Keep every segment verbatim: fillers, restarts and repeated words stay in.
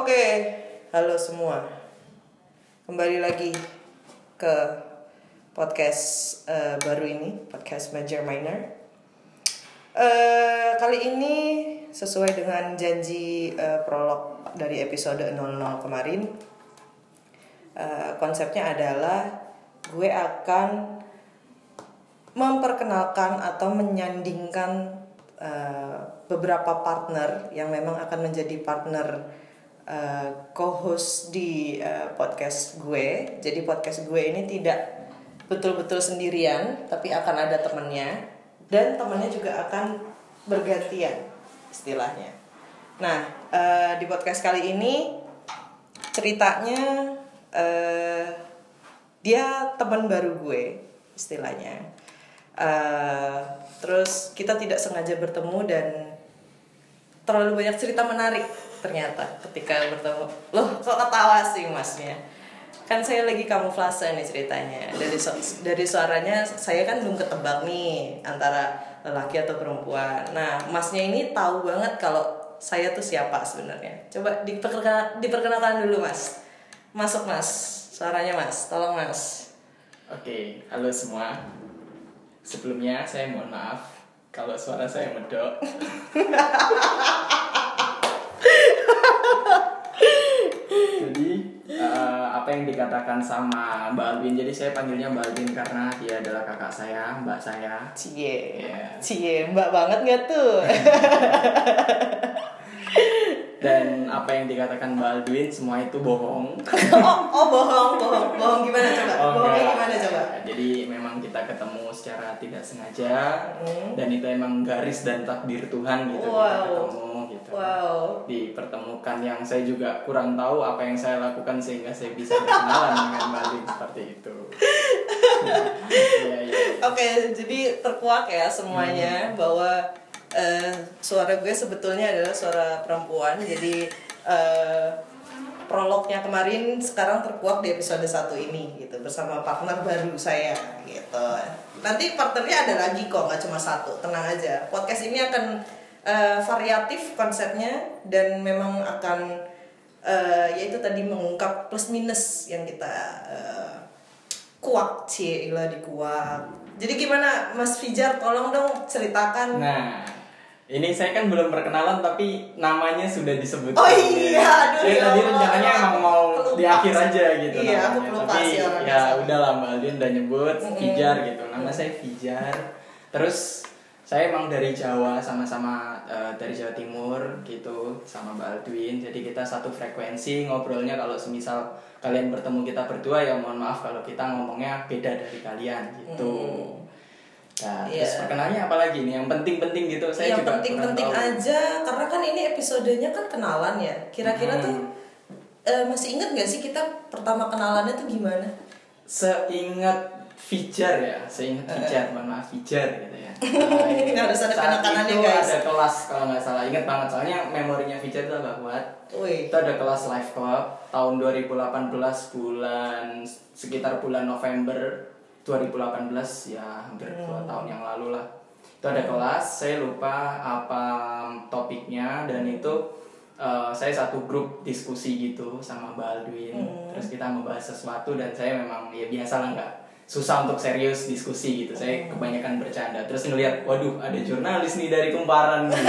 Oke, halo semua. Kembali lagi ke podcast uh, baru ini, podcast Major Minor. Uh, kali ini sesuai dengan janji uh, prolog dari episode nol nol kemarin. Uh, konsepnya adalah gue akan memperkenalkan atau menyandingkan uh, beberapa partner yang memang akan menjadi partner Uh, co-host di uh, podcast gue. Jadi podcast gue ini tidak betul-betul sendirian, tapi akan ada temennya, dan temennya juga akan bergantian istilahnya. Nah, uh, di podcast kali ini ceritanya uh, dia teman baru gue istilahnya. Uh, terus kita tidak sengaja bertemu dan terlalu banyak cerita menarik ternyata ketika bertemu. Loh, kok ketawa sih masnya? Kan saya lagi kamuflase nih ceritanya. Dari su- dari suaranya saya kan belum ketebak nih antara lelaki atau perempuan. Nah, masnya ini tahu banget kalau saya tuh siapa sebenarnya. Coba diperkenalkan, diperkenalkan dulu, Mas. Masuk, Mas. Suaranya, Mas. Tolong, Mas. Oke, halo semua. Sebelumnya saya mohon maaf kalau suara saya medok. Jadi uh, apa yang dikatakan sama Mbak Alvin, jadi saya panggilnya Mbak Alvin karena dia adalah kakak saya, mbak saya. Cie, yeah. Cie, mbak banget nggak tuh? Dan apa yang dikatakan Mbak Alvin semua itu bohong. oh, oh bohong, bohong, bohong gimana coba? Oh, Bohongnya enggak. gimana coba? Jadi memang kita ketemu secara tidak sengaja, hmm. dan itu emang garis dan takdir Tuhan gitu. Wow. Kita ketemu gitu. Wow. Dipertemukan yang saya juga kurang tahu apa yang saya lakukan sehingga saya bisa berkenalan dengan Mbak Alvin seperti itu. ya, ya, ya. Oke, jadi terkuak ya semuanya hmm. bahwa uh, suara gue sebetulnya adalah suara perempuan. Jadi uh, prolognya kemarin sekarang terkuak di episode satu ini gitu bersama partner baru saya gitu. Nanti partnernya ada lagi kok, nggak cuma satu. Tenang aja. Podcast ini akan uh, variatif konsepnya dan memang akan uh, yaitu tadi mengungkap plus minus yang kita uh, kuak cie ilah dikuak. Jadi gimana Mas Fijar, tolong dong ceritakan. Nah, ini saya kan belum perkenalan tapi namanya sudah disebut. Oh iya, aduh. Saya ya tadi Allah, rencananya emang mau pelupa. di akhir aja gitu Iya, namanya. aku pelupa Tapi sih orangnya. ya udahlah Mbak Alvin udah nyebut Mm-hmm. Fijar gitu. Nama saya Fijar. Terus saya emang dari Jawa, sama-sama uh, dari Jawa Timur gitu sama Mbak Alvin. Jadi kita satu frekuensi ngobrolnya. Kalau semisal kalian bertemu kita berdua ya mohon maaf kalau kita ngomongnya beda dari kalian gitu. Mm. Nah, yeah. Terus perkenalnya apa lagi nih? Yang penting-penting gitu. Saya yang juga penting-penting aja, karena kan ini episodenya kan kenalan ya. Kira-kira hmm. tuh uh, masih ingat nggak sih kita pertama kenalannya tuh gimana? Seingat Fijar ya, seingat uh. Fijar, mohon maaf Fijar gitu ya. Nah, harus ada penekanannya guys. Ada kelas kalau nggak salah, ingat banget soalnya memorinya Fijar itu agak kuat. Wih. Itu ada kelas live club tahun dua ribu delapan belas bulan sekitar bulan November dua ribu delapan belas ya, hampir dua hmm. tahun yang lalu lah. Itu ada kelas, saya lupa apa topiknya, dan itu uh, saya satu grup diskusi gitu sama Mbak Alvin. Hmm. Terus kita membahas sesuatu dan saya memang ya biasa lah nggak susah untuk serius diskusi gitu. Saya hmm. kebanyakan bercanda. Terus ngeliat, waduh ada jurnalis nih dari Kumparan. Gitu.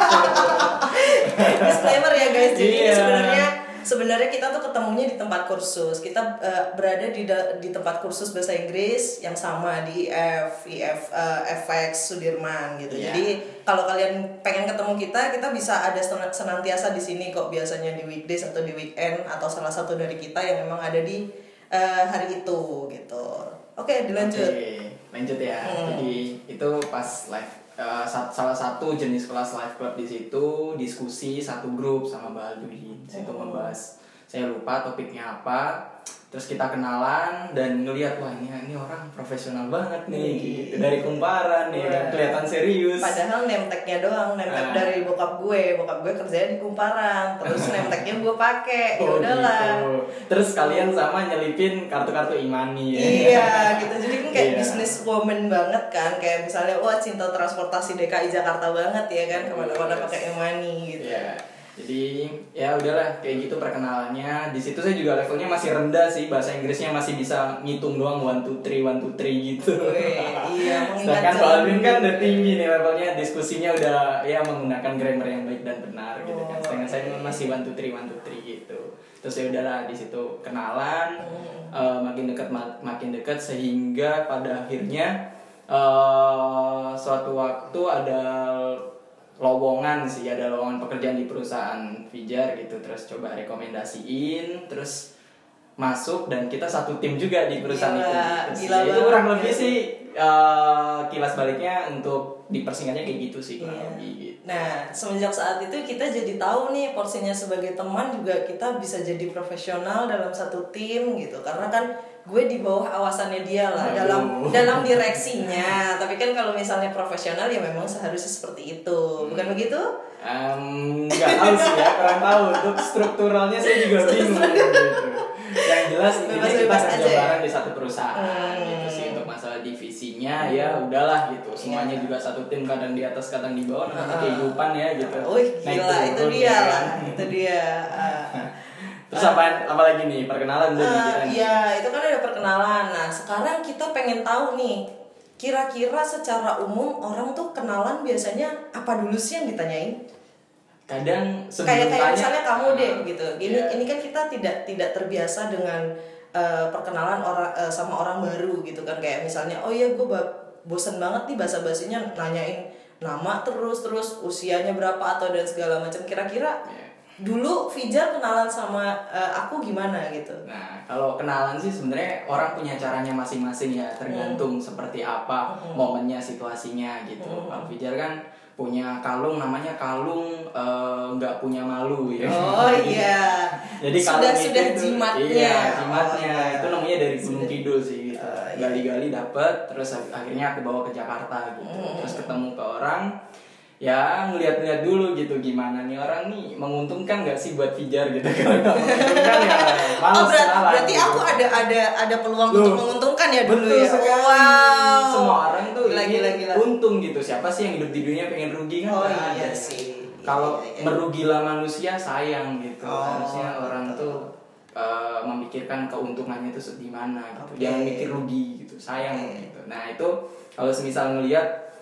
Disclaimer ya guys, jadi iya. sebenarnya Sebenarnya kita tuh ketemunya di tempat kursus. Kita uh, berada di da- di tempat kursus bahasa Inggris yang sama di I F, I F, uh, F X Sudirman gitu. Yeah. Jadi kalau kalian pengen ketemu kita, kita bisa ada senantiasa di sini kok, biasanya di weekdays atau di weekend atau salah satu dari kita yang memang ada di uh, hari itu gitu. Oke, dilanjut. Oke, lanjut ya. Hmm. Jadi itu pas live. Uh, salah satu jenis kelas live club di situ diskusi satu grup sama Mbak Alvin. Situ oh. membahas, saya lupa topiknya apa. Terus kita kenalan dan ngelihat, wah ini ini orang profesional banget nih, gitu. Dari Kumparan nih, kan kelihatan serius. Padahal name-tag-nya doang, name-tag uh. dari bokap gue, bokap gue kerjanya di Kumparan. Terus name-tag-nya gue pakai, ya udahlah. Oh, gitu. Terus kalian sama nyelipin kartu-kartu imani ya. Iya, gitu. Jadi kan kayak yeah. business woman banget kan, kayak misalnya wah cinta transportasi D K I Jakarta banget ya kan, kemana-mana pakai imani gitu. Yeah. Jadi ya udahlah kayak gitu perkenalannya. Di situ saya juga levelnya masih rendah sih, bahasa Inggrisnya masih bisa ngitung doang one two three one two three gitu. Wih, iya, Sedangkan Pak Alvin kan udah tinggi nih levelnya, diskusinya udah ya menggunakan grammar yang baik dan benar gitu kan. Sedangkan saya masih one two three one two three gitu. Terus ya udahlah di situ kenalan, hmm. uh, makin dekat makin dekat sehingga pada akhirnya uh, suatu waktu ada lowongan sih, ada lowongan pekerjaan di perusahaan Fijar gitu, terus coba rekomendasiin, terus masuk dan kita satu tim juga di perusahaan gila, itu. Terus gila ya itu kurang lebih sih uh, kilas baliknya untuk dipersingkatnya kayak gitu sih kurang iya. lebih gitu. Nah, semenjak saat itu kita jadi tahu nih porsinya sebagai teman juga kita bisa jadi profesional dalam satu tim gitu, karena kan gue di bawah awasannya dia lah. Aduh. dalam dalam direksinya. Tapi kan kalau misalnya profesional ya memang seharusnya seperti itu, bukan begitu? Um, nggak tahu sih ya, kurang tahu. Untuk strukturalnya saya juga bingung gitu. Yang jelas intinya kita kerja bareng di satu perusahaan hmm. gitu sih. Untuk masalah divisinya ya udahlah gitu. Semuanya ya. Juga satu tim, kadang di atas kadang di bawah, namanya kehidupan ya gitu. Wih, gila, itu dia lah. Itu dia. Uh. Terus apa apa lagi nih, perkenalan dulu uh, Iya, itu kan ada perkenalan. Nah, sekarang kita pengen tahu nih, kira-kira secara umum orang tuh kenalan biasanya apa dulu sih yang ditanyain? Kadang kayak kayak misalnya kamu deh uh, gitu. Ini yeah. ini kan kita tidak tidak terbiasa dengan uh, perkenalan orang uh, sama orang baru gitu kan, kayak misalnya oh iya gue bosen banget nih basa-basinya nanyain nama terus terus usianya berapa atau dan segala macam. Kira-kira yeah. dulu Fijar kenalan sama uh, aku gimana gitu? Nah, kalau kenalan sih sebenarnya orang punya caranya masing-masing ya, tergantung hmm. seperti apa hmm. momennya, situasinya gitu. Hmm. Kalau Fijar kan punya kalung, namanya kalung nggak uh, punya malu ya. Oh iya. Jadi sudah kalung sudah itu, jimatnya. Iya, jimatnya oh, itu namanya dari Gunung sudah. Kidul sih gitu. Uh, iya. Gali-gali dapet, terus akhirnya aku bawa ke Jakarta gitu. Hmm. Terus ketemu ke orang. Ya ngeliat-ngeliat dulu gitu gimana nih orang nih, menguntungkan nggak sih buat Fijar gitu. Kalau nggak menguntungkan ya males. Oh, berarti, salah, berarti gitu. aku ada ada ada peluang Loh, untuk menguntungkan ya dulu betul ya. Sekali. Wow. Semua orang tuh lagi lagi untung gitu. Siapa sih yang hidup di dunia pengen rugi kan? Oh nah, iya sih. Kalau iya, iya. merugilah manusia sayang gitu. Oh, harusnya betul. orang tuh uh, memikirkan keuntungannya itu di mana gitu. Okay. Jangan mikir rugi gitu. Sayang okay. gitu. Nah itu kalau semisal ngelihat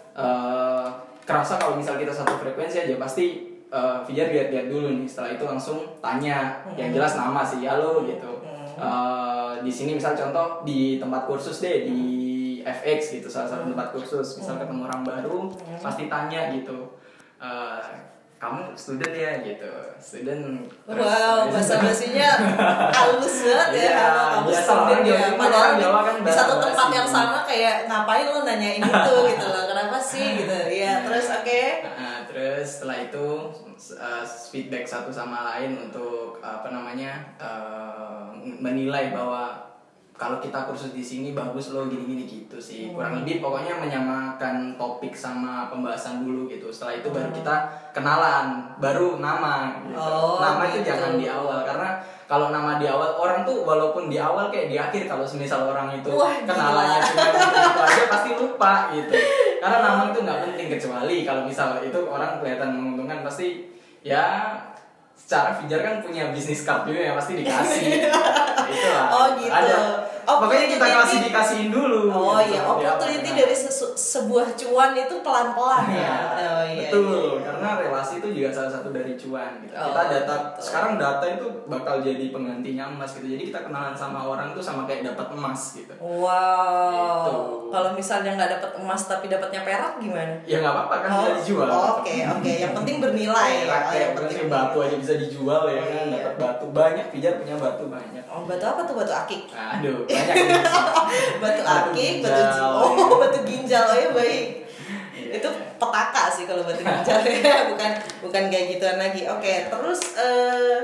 uh, kerasa kalau misal kita satu frekuensi aja pasti uh, Fijar lihat-lihat dulu nih, setelah itu langsung tanya hmm. yang jelas nama sih ya lo gitu. hmm. uh, di sini misal contoh di tempat kursus deh di F X gitu, salah satu tempat kursus misal hmm. ketemu orang baru hmm. pasti tanya gitu, uh, kamu student ya gitu, student. Wow, bahasa basinya halus banget ya. Iya, kamu ya, student ya. Padahal di, kan di satu tempat yang sama kayak ngapain lo nanyain itu gitu loh, kenapa sih gitu. Ya, terus oke. Okay. Nah, terus setelah itu uh, feedback satu sama lain untuk apa namanya uh, menilai bahwa kalau kita kursus di sini bagus loh gini-gini gitu sih. Hmm. Kurang lebih pokoknya menyamakan topik sama pembahasan dulu gitu. Setelah itu hmm. baru kita kenalan, baru nama gitu. Oh, nama gitu. Itu jangan di awal, karena kalau nama di awal orang tuh walaupun di awal kayak di akhir, kalau semisal orang itu Wah, kenalannya cuma gitu aja pasti lupa gitu. Karena nama itu nggak penting, kecuali kalau misal itu orang kelihatan menguntungkan pasti ya. Secara Fijar kan punya bisnis card juga ya, pasti dikasih. Itulah. Oh gitu. Ada. Oh, pokoknya kita kasih dikasihin dulu. Oh gitu. iya, opportunity ya, dari sesu- sebuah cuan itu pelan-pelan ya. Oh iya. Betul, iya. karena relasi itu juga salah satu dari cuan gitu. Oh, kita data betul. Sekarang data itu bakal jadi penggantinya emas gitu. Jadi kita kenalan sama orang tuh sama kayak dapat emas gitu. Wow. Gitu. Kalau misalnya nggak dapat emas tapi dapatnya perak gimana? Ya nggak apa-apa kan, oh. bisa dijual. Oke, oke. Okay, okay. Yang penting bernilai ya. Oh, yang penting batu aja bisa dijual ya kan, iya. dapat batu banyak. Fijar punya batu banyak. Oh, batu apa tuh? Batu akik. Aduh, banyak. batu akik, batu ginjal. Oh, batu ginjal. Oh ya baik. Yeah. Itu petaka sih kalau batu ginjal ya, bukan bukan kayak gituan lagi. Oke, okay, terus uh,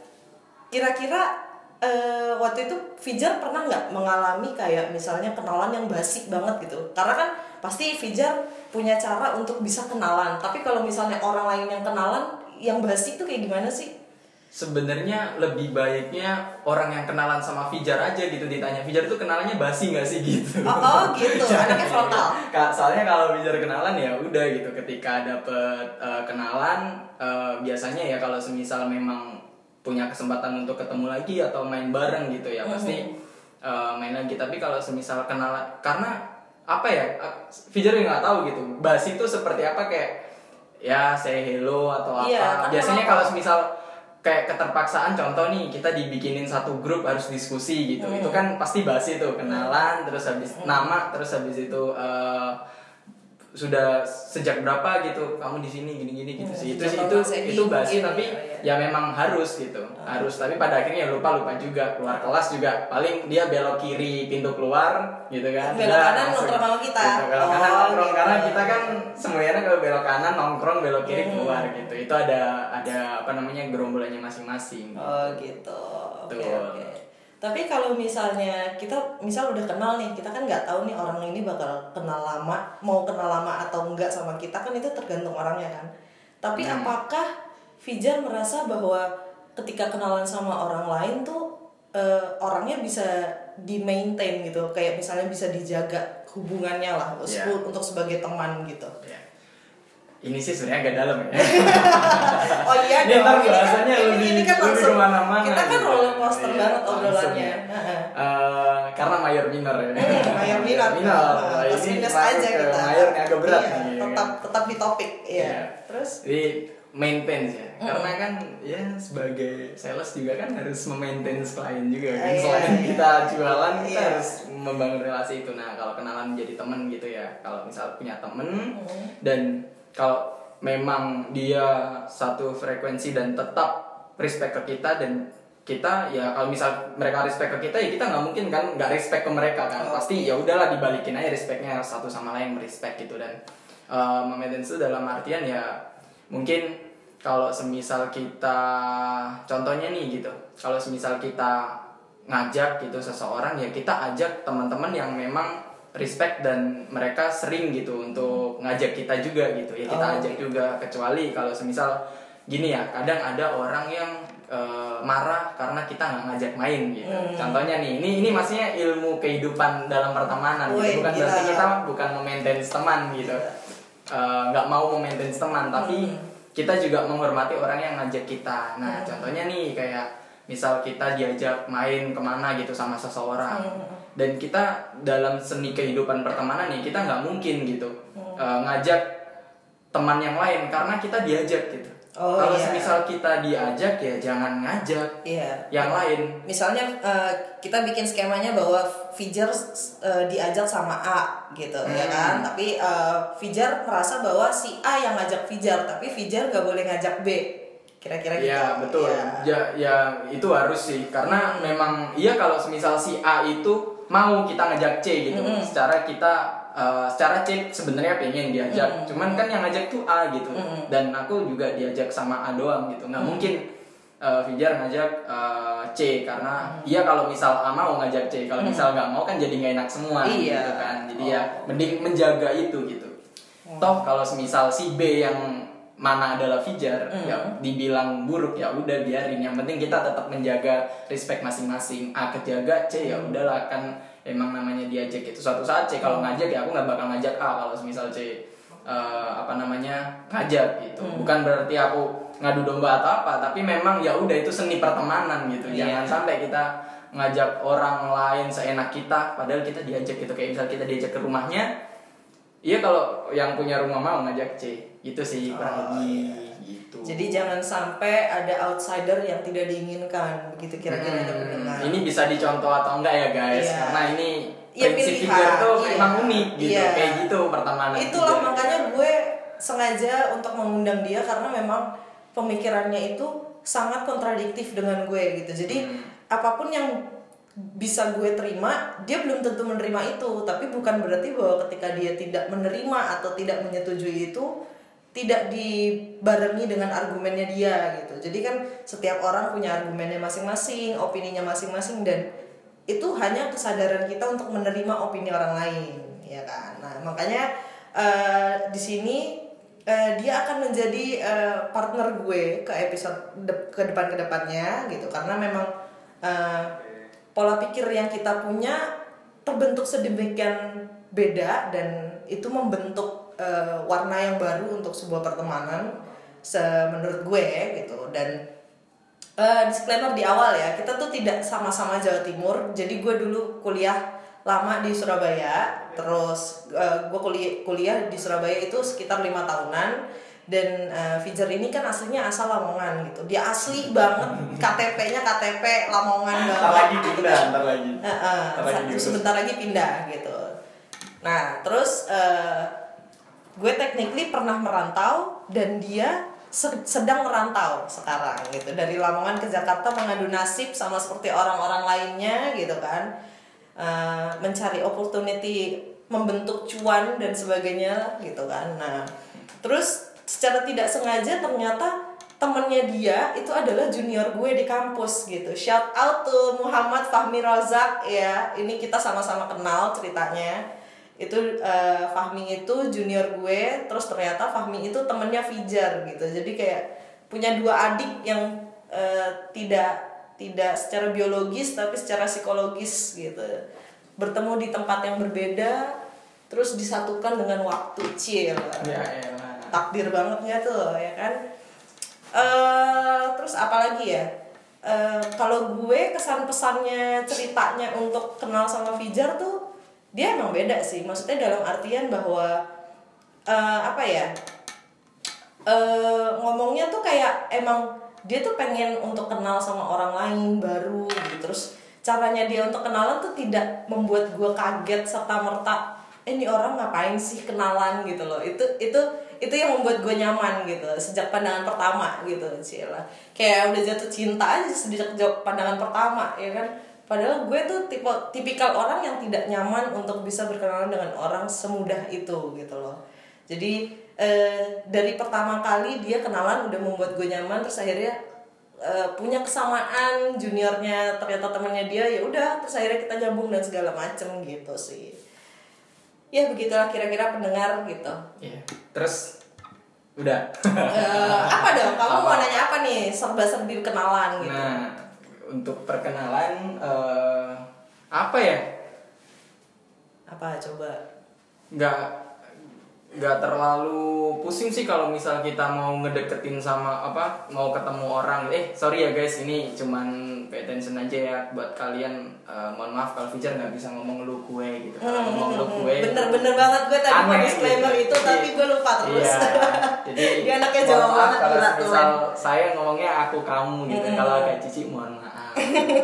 kira-kira uh, waktu itu Fijar pernah nggak mengalami kayak misalnya kenalan yang basi banget gitu? Karena kan pasti Fijar punya cara untuk bisa kenalan. Tapi kalau misalnya orang lain yang kenalan yang basi itu kayak gimana sih? sebenarnya lebih baiknya orang yang kenalan sama Fijar aja gitu ditanya, Fijar tuh kenalannya basi nggak sih gitu. Oh, oh gitu, anaknya frontal. Soalnya kalau Fijar kenalan ya udah gitu, ketika dapet uh, kenalan uh, biasanya ya kalau semisal memang punya kesempatan untuk ketemu lagi atau main bareng gitu ya pasti uh, main lagi. Tapi kalau semisal kenalan, karena apa ya, Fijar nggak tahu gitu basi itu seperti apa, kayak ya say hello atau apa. Iya, Biasanya kalau semisal kayak keterpaksaan, contoh nih kita dibikinin satu grup harus diskusi gitu, hmm. itu kan pasti basi tuh, kenalan terus habis hmm. nama terus habis itu uh, sudah sejak berapa gitu kamu di sini gini-gini gitu hmm. sih, itu itu itu basi mungkin, tapi ya, ya. ya memang harus gitu hmm. harus, tapi pada akhirnya ya lupa lupa juga, keluar kelas juga paling dia belok kiri pintu keluar gitu kan, belok kanan nongkrong sama kita, gitu, belok oh, kanan nongkrong gitu. Karena kita kan semuanya kalau belok kanan nongkrong, belok kiri keluar hmm. gitu, itu ada ada apa namanya gerombolannya masing-masing. Oh gitu, oke okay, oke. Okay. Tapi kalau misalnya kita misal udah kenal nih, kita kan nggak tahu nih orang ini bakal kenal lama, mau kenal lama atau enggak sama kita, kan itu tergantung orangnya kan. Tapi hmm. apakah Fijar merasa bahwa ketika kenalan sama orang lain tuh uh, orangnya bisa di maintain gitu, kayak misalnya bisa dijaga hubungannya lah yeah. untuk sebagai teman gitu. Yeah. Ini sih sebenarnya agak dalam ya. Oh iya dong. Ini bahasanya kan, lebih, ini, ini kan lebih langsung, kemana-mana. Kita kan gitu. roller coaster iya, banget obrolannya. Uh, karena mayor minor ya. Hmm, mayor minor. minor. Nah, ini minus aja kita. Mayor ini agak berat iya, nih. Tetap tetap di topik. Iya. Yeah. Terus? Jadi maintain ya. Mm. Karena kan ya sebagai sales juga kan harus memaintain klien juga kan. Iya, Selain iya. kita jualan, kita iya. harus membangun relasi itu. Nah, kalau kenalan jadi teman gitu ya. Kalau misal punya temen mm. dan kalau memang dia satu frekuensi dan tetap respect ke kita, dan kita ya kalau misal mereka respect ke kita ya kita nggak mungkin kan nggak respect ke mereka kan, oh, pasti ya udahlah dibalikin aja respectnya, satu sama lain respect gitu. Dan uh, memaintain itu dalam artian ya mungkin kalau semisal kita contohnya nih gitu, kalau semisal kita ngajak gitu seseorang ya kita ajak teman-teman yang memang respect dan mereka sering gitu untuk ngajak kita juga gitu ya, kita oh, ajak okay. juga. Kecuali kalau semisal gini ya, kadang ada orang yang e, marah karena kita nggak ngajak main gitu. Hmm. Contohnya nih, ini ini maksudnya ilmu kehidupan dalam pertemanan Woy, gitu, bukan gila. berarti kita bukan memaintain teman gitu, nggak e, mau memaintain teman, tapi hmm. kita juga menghormati orang yang ngajak kita. Nah hmm. contohnya nih kayak misal kita diajak main kemana gitu sama seseorang. Hmm. Dan kita dalam seni kehidupan pertemanan nih kita nggak mungkin gitu hmm. uh, ngajak teman yang lain karena kita diajak gitu. Oh, kalau iya. semisal kita diajak ya jangan ngajak iya. yang lain. Misalnya uh, kita bikin skemanya bahwa Fijar uh, diajak sama A gitu hmm. ya kan. Tapi uh, Fijar merasa bahwa si A yang ngajak Fijar, tapi Fijar nggak boleh ngajak B. Kira-kira gitu. Ya betul. Ya. ya ya itu harus sih karena hmm. memang iya kalau semisal si A itu mau kita ngajak C gitu, mm-hmm. secara kita uh, secara C sebenarnya pengen diajak, mm-hmm. cuman kan yang ngajak tuh A gitu, mm-hmm. dan aku juga diajak sama A doang gitu, nggak mm-hmm. mungkin uh, Fijar ngajak uh, C karena mm-hmm. iya kalau misal A mau ngajak C, kalau mm-hmm. misal nggak mau kan jadi nggak enak semua iya. gitu kan, jadi oh. ya mending menjaga itu gitu. Mm-hmm. Toh kalau misal si B yang mana adalah Fijar, mm. ya dibilang buruk ya udah biarin, yang penting kita tetap menjaga respect masing-masing. A kejaga, C ya udahlah kan emang namanya diajak itu, suatu saat C kalau ngajak ya aku nggak bakal ngajak A kalau misal C uh, apa namanya ngajak gitu, mm. bukan berarti aku ngadu domba atau apa, tapi memang ya udah itu seni pertemanan gitu, yeah. jangan sampai kita ngajak orang lain seenak kita padahal kita diajak gitu, kayak misal kita diajak ke rumahnya, iya kalau yang punya rumah mau ngajak C itu sih kurang lebih oh, gitu. Jadi jangan sampai ada outsider yang tidak diinginkan, begitu kira-kira hmm, nah. Ini bisa dicontoh atau enggak ya guys? Yeah. Karena ini ya, prinsip Fijar tuh iya. memang unik gitu, yeah. kayak gitu pertemanan. Itulah Fijar. Makanya gue sengaja untuk mengundang dia karena memang pemikirannya itu sangat kontradiktif dengan gue gitu. Jadi hmm. apapun yang bisa gue terima, dia belum tentu menerima itu. Tapi bukan berarti bahwa ketika dia tidak menerima atau tidak menyetujui itu tidak dibarengi dengan argumennya dia gitu. Jadi kan setiap orang punya argumennya masing-masing, opininya masing-masing, dan itu hanya kesadaran kita untuk menerima opini orang lain, ya kan. Nah makanya uh, di sini uh, dia akan menjadi uh, partner gue ke episode de- ke depan ke depannya gitu, karena memang uh, pola pikir yang kita punya terbentuk sedemikian beda dan itu membentuk uh, warna yang baru untuk sebuah pertemanan menurut gue gitu. Dan uh, disclaimer di awal ya, kita tuh tidak sama-sama Jawa Timur. Jadi gue dulu kuliah lama di Surabaya, terus uh, gue kuliah kuliah di Surabaya itu sekitar lima tahunan. Dan uh, Fijar ini kan aslinya asal Lamongan gitu. Dia asli banget, K T P-nya K T P Lamongan banget. Ntar lagi pindah, ntar lagi. Uh, uh, ntar lagi sebentar lagi pindah gitu. Nah, terus uh, gue technically pernah merantau dan dia sedang merantau sekarang gitu. Dari Lamongan ke Jakarta mengadu nasib sama seperti orang-orang lainnya gitu kan. Uh, mencari opportunity, membentuk cuan dan sebagainya gitu kan. Nah, terus secara tidak sengaja ternyata temennya dia itu adalah junior gue di kampus gitu. Shout out to Muhammad Fahmi Rozak ya. Ini kita sama-sama kenal ceritanya. Itu uh, Fahmi itu junior gue, terus ternyata Fahmi itu temennya Fijar gitu. Jadi kayak punya dua adik yang uh, tidak tidak secara biologis tapi secara psikologis gitu. Bertemu di tempat yang berbeda, terus disatukan dengan waktu. Chill. Ya elah. Takdir bangetnya tuh ya kan. Uh, terus apalagi ya, uh, kalau gue kesan pesannya ceritanya untuk kenal sama Fijar tuh dia emang beda sih. Maksudnya dalam artian bahwa uh, apa ya, uh, ngomongnya tuh kayak emang dia tuh pengen untuk kenal sama orang lain baru gitu. Terus caranya dia untuk kenalan tuh tidak membuat gue kaget serta merta eh, ini orang ngapain sih kenalan gitu loh. Itu itu itu yang membuat gue nyaman gitu sejak pandangan pertama gitu. Cila kayak udah jatuh cinta aja sejak pandangan pertama ya kan. Padahal gue tuh tipe tipikal orang yang tidak nyaman untuk bisa berkenalan dengan orang semudah itu gitu loh. Jadi eh, dari pertama kali dia kenalan udah membuat gue nyaman, terus akhirnya eh, punya kesamaan juniornya ternyata temannya dia, ya udah terus akhirnya kita nyambung dan segala macem gitu sih. Ya begitulah kira-kira pendengar gitu. Iya. Terus udah. uh, apa dong? Kamu apa? mau nanya apa nih? Serba-serbi kenalan gitu. Nah, untuk perkenalan uh, apa ya? Apa coba? Nggak nggak terlalu pusing sih kalau misal kita mau ngedeketin sama apa, mau ketemu orang. Eh sorry ya guys, ini cuman pay attention aja ya buat kalian. Uh, mohon maaf kalau Fijar nggak bisa ngomong lu gue gitu. Kalau hmm, ngomong lu gue bener-bener banget, gue tadi mau disclaimer gitu. itu tapi gue lupa terus. Iya, jadi dia anaknya Jawa banget. Kalau gila, misal saya ngomongnya aku kamu gitu, hmm. kalau agak Cici mohon maaf.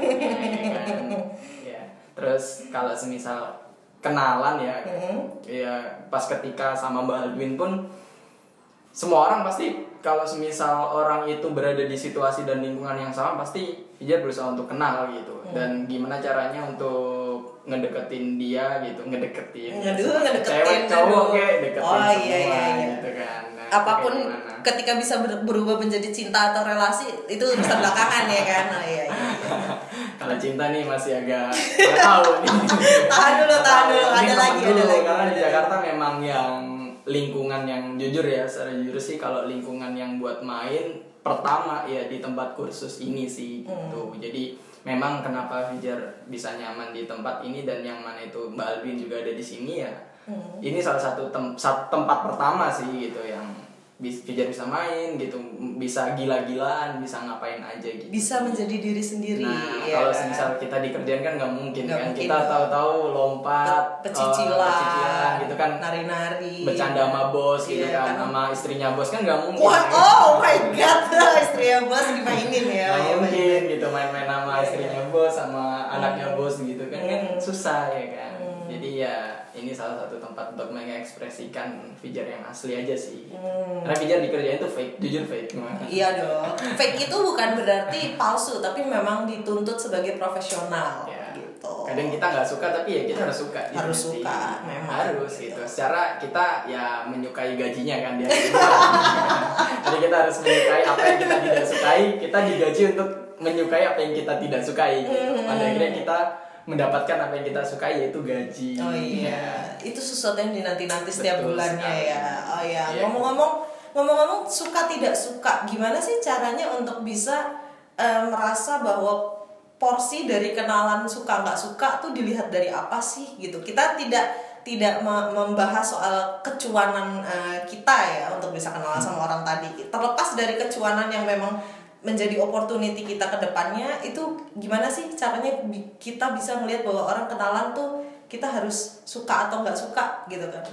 Ya, kan? Ya. Terus kalau semisal kenalan ya, hmm. ya pas ketika sama Mbak Aldwin pun semua orang pasti kalau semisal orang itu berada di situasi dan lingkungan yang sama pasti dia berusaha untuk kenal gitu. Hmm. Dan gimana caranya untuk ngedeketin dia gitu, ngedeketin Ngeduh, ngedeketin cewek cowok kayak deketin oh, semua iya, iya, iya. gitu kan. Nah, apapun ketika bisa berubah menjadi cinta atau relasi itu urusan belakangan ya kan. Oh iya, iya. Kalau cinta nih masih agak nggak tahu nih. tahan dulu, tahan dulu. Ada lagi, dulu, ada lagi. Karena ada di lagi. Jakarta memang yang lingkungan yang jujur ya, secara jujur sih kalau lingkungan yang buat main pertama ya di tempat kursus ini sih. Hmm. Tuh. Jadi memang kenapa Fijar bisa nyaman di tempat ini dan yang mana itu Mbak Albin juga ada di sini ya. Hmm. Ini salah satu tem- tempat pertama sih gitu yang Fijar bisa main gitu, bisa gila-gilaan, bisa ngapain aja gitu. Bisa menjadi diri sendiri. Nah, ya kalau kan? misal kita dikerjain kan nggak mungkin gak kan. mungkin Kita dong. tahu-tahu lompat, pecicilan, uh, pecicilan gitu kan. Nari-nari. Bercanda sama bos gitu iya, kan, kan, sama istrinya bos kan nggak mungkin. Wah, kan? oh my god, istrinya bos dimainin ya. Nggak ya, mungkin gitu main-main sama iya, istrinya iya. bos sama hmm. anaknya bos gitu kan, hmm. kan susah ya kan. Hmm. Jadi ya ini salah satu tempat untuk mengekspresikan Fijar yang asli aja sih. Hmm. Karena Fijar dikerjain tuh fake, jujur fake. Iya dong. Fake itu bukan berarti palsu, tapi memang dituntut sebagai profesional. Ya. Gitu. Kadang kita nggak suka tapi ya kita harus suka. Harus gitu suka, sih. memang. Harus gitu. Secara kita ya menyukai gajinya kan dia. Jadi kita harus menyukai apa yang kita tidak sukai. Kita digaji untuk menyukai apa yang kita tidak sukai. Gitu. Pada akhirnya kita mendapatkan apa yang kita sukai yaitu gaji. Oh iya, ya. itu sesuatu yang dinanti-nanti setiap Betul bulannya sekali. ya. Oh iya, Ya, ngomong-ngomong ngomong-ngomong suka tidak suka, gimana sih caranya untuk bisa uh, merasa bahwa porsi dari kenalan suka nggak suka tuh dilihat dari apa sih gitu? Kita tidak tidak membahas soal kecuanan uh, kita ya untuk bisa kenalan sama orang tadi. Terlepas dari kecuanan yang memang menjadi opportunity kita ke depannya, itu gimana sih caranya kita bisa melihat bahwa orang kenalan tuh kita harus suka atau nggak suka gitu kan?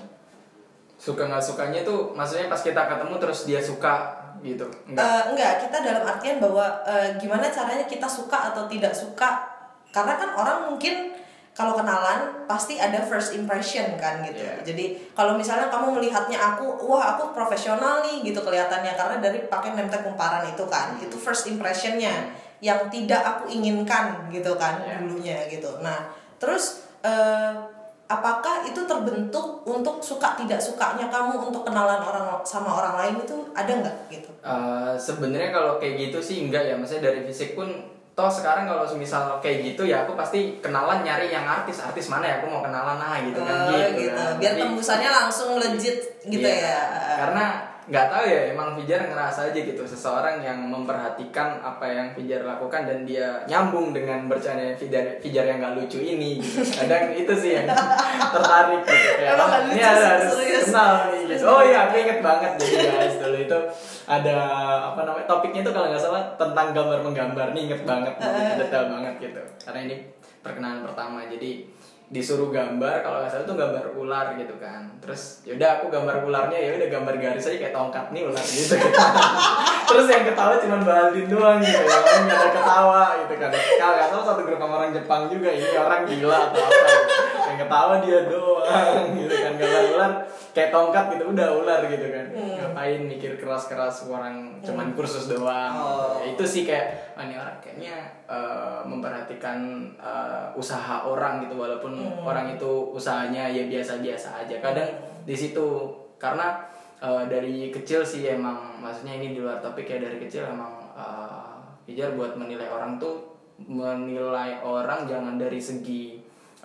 Suka nggak sukanya tuh maksudnya pas kita ketemu terus dia suka gitu? Enggak, uh, enggak kita dalam artian bahwa uh, gimana caranya kita suka atau tidak suka, karena kan orang mungkin kalau kenalan pasti ada first impression kan gitu. Yeah. Jadi kalau misalnya kamu melihatnya aku, wah aku profesional nih gitu kelihatannya karena dari pakai name tag kumparan itu kan, itu first impressionnya yang tidak aku inginkan gitu kan yeah. dulunya gitu. Nah terus eh, apakah itu terbentuk untuk suka tidak sukanya kamu untuk kenalan orang sama orang lain itu ada nggak gitu? Uh, Sebenarnya kalau kayak gitu sih enggak ya, maksudnya dari fisik pun. Toh sekarang kalau misal kayak gitu ya aku pasti kenalan nyari yang artis artis mana ya aku mau kenalan nah gitu kan oh, gitu, gitu. Kan. Biar tembusannya langsung legit gitu iya, ya. Karena nggak tahu ya emang Fijar ngerasa aja gitu seseorang yang memperhatikan apa yang Fijar lakukan dan dia nyambung dengan bercanda Fijar Fijar yang nggak lucu ini gitu. Kadang itu sih yang tertarik gitu kayak oh, ini ada harus kenal nih gitu. Oh iya aku inget banget jadi guys dulu itu ada apa namanya topiknya itu kalau nggak salah tentang gambar menggambar nih inget banget gitu, detail banget gitu karena ini perkenalan pertama jadi disuruh gambar kalau nggak salah tuh gambar ular gitu kan terus yaudah aku gambar ularnya ya udah gambar garis aja kayak tongkat nih ular gitu, gitu. Terus yang ketawa cuma Baldin doang gitu ya orang nggak ada ketawa gitu kan kalau nggak salah satu grup sama orang Jepang juga ini orang gila atau apa gitu. Yang ketawa dia doang gitu kan gambar ular kayak tongkat gitu udah ular gitu kan hmm. ngapain mikir keras-keras orang cuman kursus doang oh. Ya, itu sih kayak oh, ini orang kayaknya uh, memperhatikan uh, usaha orang gitu walaupun hmm. orang itu usahanya ya biasa-biasa aja kadang di situ karena uh, dari kecil sih emang maksudnya ini di luar topik ya dari kecil emang uh, Fijar buat menilai orang tuh menilai orang jangan dari segi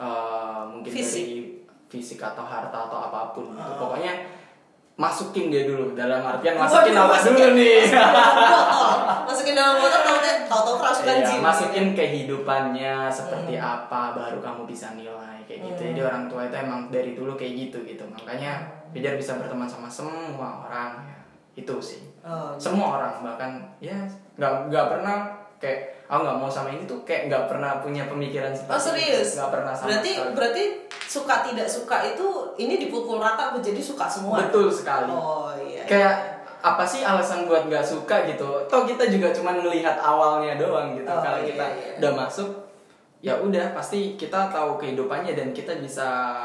uh, mungkin fisik. dari fisik atau harta atau apapun gitu. Oh. Pokoknya masukin dia dulu dalam artian masukin apa dulu nih masukin dalam botol tahu-tahu kerasukan iya, jin masukin kehidupannya seperti hmm. apa baru kamu bisa nilai kayak gitu. Hmm. Jadi orang tua itu emang dari dulu kayak gitu gitu makanya Fijar bisa berteman sama semua orang ya itu sih oh, gitu. Semua orang bahkan ya nggak nggak pernah kayak aku nggak mau sama ini tuh kayak nggak pernah punya pemikiran seperti oh, serius? Itu nggak pernah sama berarti sekali. Berarti suka tidak suka itu ini dipukul rata menjadi suka semua betul sekali oh iya kayak apa sih alasan buat nggak suka gitu toh kita juga cuma melihat awalnya doang gitu oh, kalau iya, kita iya. udah masuk ya udah pasti kita tahu kehidupannya dan kita bisa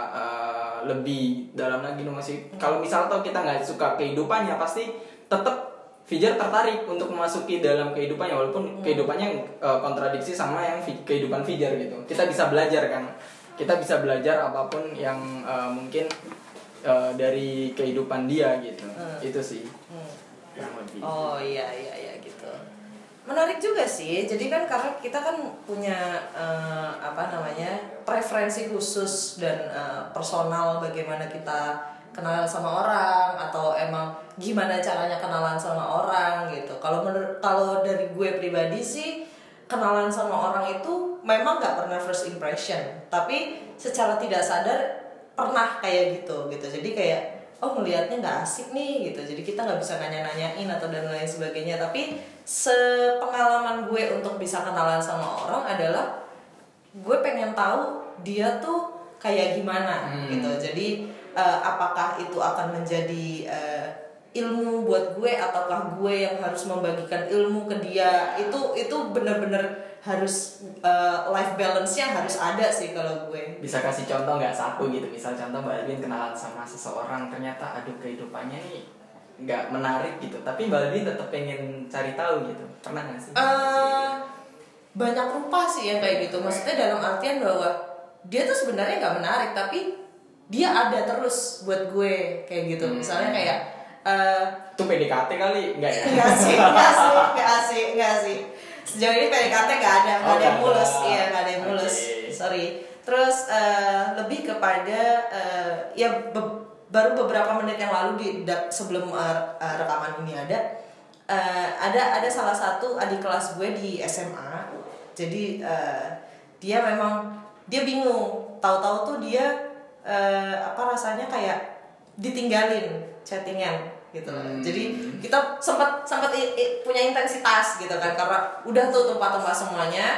uh, lebih dalam lagi masih hmm. kalau misal tau kita nggak suka kehidupannya pasti tetap Fijar tertarik untuk memasuki dalam kehidupannya walaupun hmm. kehidupannya uh, kontradiksi sama yang fi- kehidupan Fijar gitu. Kita bisa belajar kan. Kita bisa belajar apapun yang uh, mungkin uh, dari kehidupan dia gitu. Hmm. Itu sih. Hmm. Yang lebih. Oh iya iya iya gitu. Menarik juga sih. Jadi kan karena kita kan punya uh, apa namanya? preferensi khusus dan uh, personal bagaimana kita kenal sama orang atau emang gimana caranya kenalan sama orang gitu. Kalau menurut kalau dari gue pribadi sih kenalan sama orang itu memang nggak pernah first impression, tapi secara tidak sadar pernah kayak gitu gitu. Jadi kayak oh ngelihatnya nggak asik nih gitu. Jadi kita nggak bisa nanya-nanyain atau dan lain sebagainya. Tapi sepengalaman gue untuk bisa kenalan sama orang adalah gue pengen tahu dia tuh kayak gimana hmm. gitu. Jadi uh, apakah itu akan menjadi uh, ilmu buat gue ataukah gue yang harus membagikan ilmu ke dia, itu itu benar-benar harus uh, life balance-nya harus ada sih kalau gue. Bisa kasih contoh nggak satu gitu, misal contoh Mbak Alvin kenalan sama seseorang ternyata aduh kehidupannya nih nggak menarik gitu, tapi Mbak Alvin tetap pengen cari tahu gitu, pernah nggak sih? Uh, banyak rupa sih yang kayak gitu, maksudnya dalam artian bahwa dia tuh sebenarnya nggak menarik tapi dia ada terus buat gue kayak gitu, hmm. misalnya kayak Uh, itu P D K T kali enggak ya? Enggak sih, enggak sih, enggak sih, enggak sih. Sejauh ini P D K T enggak ada, enggak oh, ada yang mulus, iya enggak ada yang mulus. Okay. Sorry. Terus uh, lebih kepada uh, ya be- baru beberapa menit yang lalu di da- sebelum uh, uh, rekaman ini ada uh, ada ada salah satu adik kelas gue di S M A. Jadi uh, dia memang dia bingung, tahu-tahu tuh dia uh, apa rasanya kayak ditinggalin chattingan gitu. Hmm. Jadi kita sempat sempat i- i- punya intensitas gitu kan, karena udah tuh tumpah-tumpah semuanya.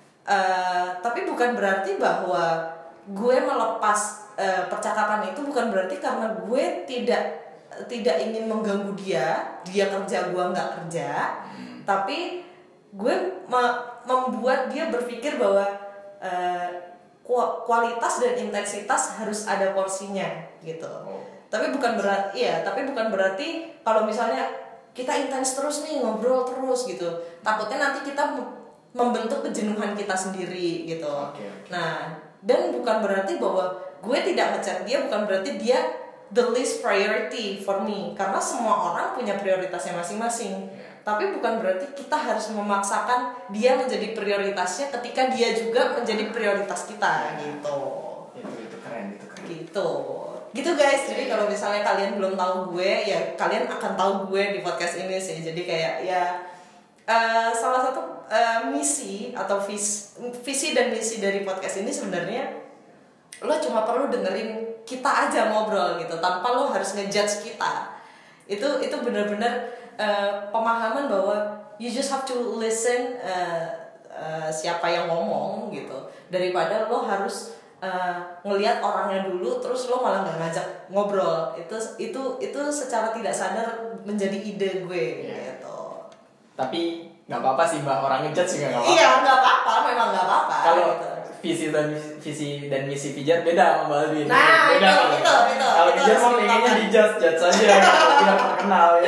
Uh, tapi bukan berarti bahwa gue melepas uh, percakapan itu, bukan berarti karena gue tidak tidak ingin mengganggu dia, dia kerja gue nggak kerja, hmm. tapi gue me- membuat dia berpikir bahwa uh, kualitas dan intensitas harus ada porsinya gitu. Oh. Tapi bukan berarti iya, tapi bukan berarti kalau misalnya kita intens terus nih, ngobrol terus gitu, takutnya nanti kita membentuk kejenuhan kita sendiri gitu. Okay, okay. Nah, dan bukan berarti bahwa gue tidak ngechat dia, bukan berarti dia the least priority for me, karena semua orang punya prioritasnya masing-masing. Yeah. Tapi bukan berarti kita harus memaksakan dia menjadi prioritasnya ketika dia juga menjadi prioritas kita. Yeah. Gitu. Itu itu keren, itu keren. Gitu. Gitu guys. Jadi kalau misalnya kalian belum tahu gue, ya kalian akan tahu gue di podcast ini sih. Jadi kayak ya uh, salah satu uh, misi atau vis, visi dan misi dari podcast ini sebenarnya lo cuma perlu dengerin kita aja ngobrol gitu, tanpa lo harus ngejudge kita. Itu itu benar-benar uh, pemahaman bahwa you just have to listen uh, uh, siapa yang ngomong gitu, daripada lo harus uh, ngelihat orangnya dulu terus lo malah nggak ngajak ngobrol. Itu itu itu secara tidak sadar menjadi ide gue. Yeah. Gitu. Tapi nggak apa-apa sih mbak, orang ngejudge juga nggak apa-apa. Iya, nggak apa-apa, memang nggak apa-apa. Kalau gitu. visi dan visi dan misi Fijar beda sama Mbak Alvin. Nah, beda itu, itu, itu. Kalau Fijar mah pengennya di judge judge saja, tidak terkenal ya.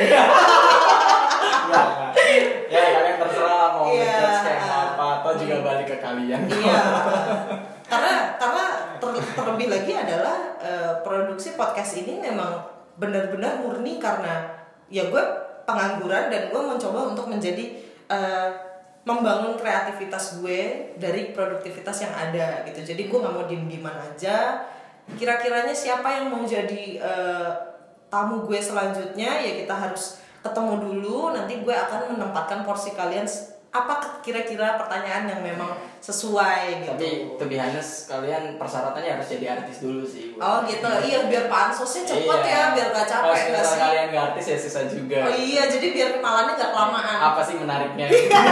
Enggak, enggak. Ya kalian terserah mau yeah. judge kayak apa, atau juga balik ke kalian. Iya. karena karena ter, terlebih lagi adalah uh, produksi podcast ini memang benar-benar murni karena ya gue pengangguran dan gue mencoba untuk menjadi uh, membangun kreativitas gue dari produktivitas yang ada gitu. Jadi gue nggak mau diem-dieman aja. Kira-kiranya siapa yang mau jadi uh, tamu gue selanjutnya, ya kita harus ketemu dulu. Nanti gue akan menempatkan porsi kalian apa kira-kira pertanyaan yang memang sesuai gitu. Tapi to be honest, kalian persyaratannya harus jadi artis dulu sih. Oh gitu, iya biar pansosnya cepet iya. ya, biar gak capek. Kalau misalnya kalian gak artis ya susah juga. Oh iya, jadi biar kenalannya gak kelamaan. Apa sih menariknya?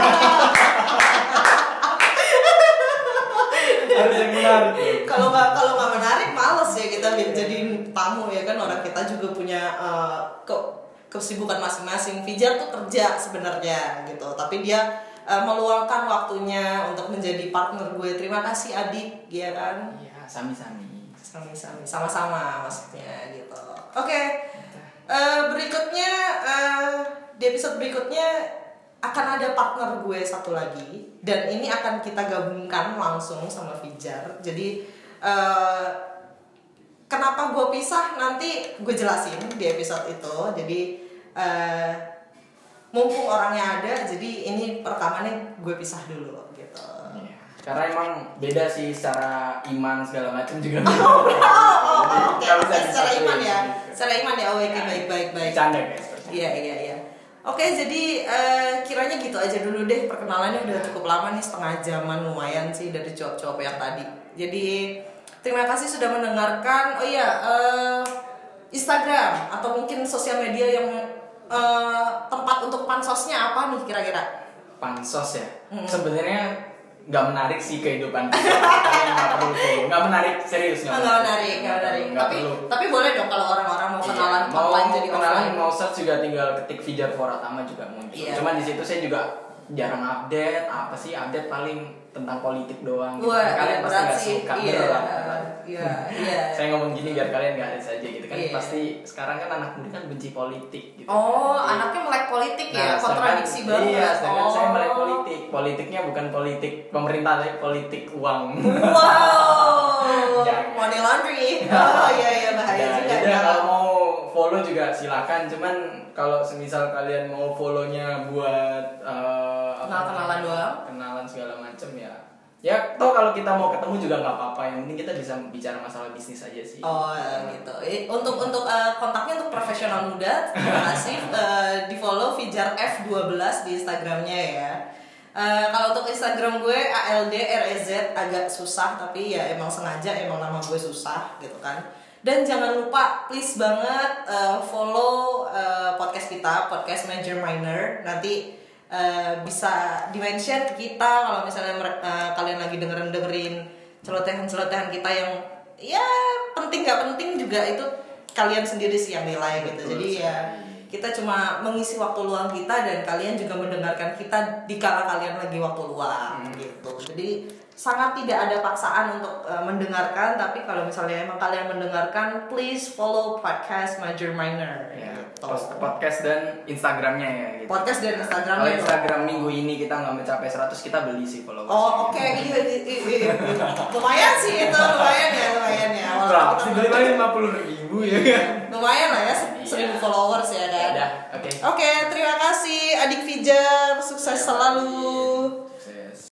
Harus yang menarik. Kalau nggak kalau nggak menarik, males ya kita jadiin tamu ya kan. Orang kita juga punya uh, ke kesibukan masing-masing. Fijar tuh kerja sebenarnya gitu, tapi dia uh, meluangkan waktunya untuk menjadi partner gue. Terima kasih adik, ya kan? Iya, sami-sami. Sami-sami, sama-sama maksudnya gitu. Oke, okay. uh, berikutnya uh, di episode berikutnya akan ada partner gue satu lagi, dan ini akan kita gabungkan langsung sama Fijar. Jadi uh, kenapa gue pisah nanti gue jelasin di episode itu. Jadi uh, mumpung orangnya ada, jadi ini perekamannya gue pisah dulu gitu. Ya, karena emang beda sih secara iman segala macam juga. Oh, oh, oh, oh oke. Okay. Secara iman ya, secara iman ya. Oh, oke, okay, baik baik baik. Canda guys. Iya iya iya. Oke, jadi uh, kiranya gitu aja dulu deh, perkenalannya udah cukup lama nih, setengah jaman, lumayan sih dari jawab-jawab yang tadi. Jadi terima kasih sudah mendengarkan. Oh iya, uh, Instagram atau mungkin sosial media yang uh, tempat untuk pansosnya apa nih kira-kira? Pansos ya. Hmm. Sebenarnya nggak menarik sih kehidupan nggak perlu follow, nggak menarik, serius nggak menarik, menarik, nggak menarik. Nggak tapi perlu. Tapi boleh dong kalau orang-orang mau kenalan iya, mau online jadi kenalan offline. mau search juga tinggal ketik Fijar Foratama juga muncul. Iya. Cuman di situ saya juga jarang update, apa sih update paling tentang politik doang. Wah, gitu. Kalian pasti nggak suka iya, beneran. Iya, iya. Saya ngomong gini biar kalian nggak ada saja gitu kan. Iya. Pasti sekarang kan anak muda kan benci politik gitu. Oh, Jadi, anaknya melek politik nah, ya, kontradiksi banget. Iya, sedangkan oh. saya melek politik. Politiknya bukan politik pemerintah, tapi politik uang. Wow. Money laundry. Oh iya iya bahaya ya, juga. Ya, kalau mau follow juga silakan. Cuman kalau semisal kalian mau follownya buat uh, kenal kenalan doang, kenalan segala macam ya Ya toh kalau kita mau ketemu juga nggak apa-apa, yang penting kita bisa bicara masalah bisnis aja sih. Oh gitu. Untuk untuk uh, kontaknya untuk profesional muda, terima kasih. Uh, di follow Fijar F dua belas di Instagramnya ya. Uh, kalau untuk Instagram gue A L D R E Z agak susah, tapi ya emang sengaja, emang nama gue susah gitu kan. Dan jangan lupa please banget uh, follow uh, podcast kita, podcast Major Minor. Nanti uh, bisa di-mention ke kita kalau misalnya uh, kalian lagi dengerin-dengerin celotehan-celotehan kita yang ya penting gak penting juga, itu kalian sendiri sih yang nilai gitu. Jadi ya kita cuma mengisi waktu luang kita dan kalian juga mendengarkan kita di kala kalian lagi waktu luang hmm. gitu. Jadi sangat tidak ada paksaan untuk uh, mendengarkan, tapi kalau misalnya emang kalian mendengarkan, please follow podcast Major Minor. Ya, gitu. Podcast dan Instagramnya ya. Gitu. Podcast dan Instagramnya. Kalau Instagram minggu ini kita nggak mencapai seratus, kita beli sih followers. Oh oke, okay. iya, iya, iya, iya. Lumayan sih itu, lumayan ya, lumayan ya. Berapa sih beli lagi lima puluh ribu ya? Lumayan lah ya, seribu followers ya kan. Ya, oke. Okay. Oke, okay, terima kasih Adik Fijar, sukses selalu.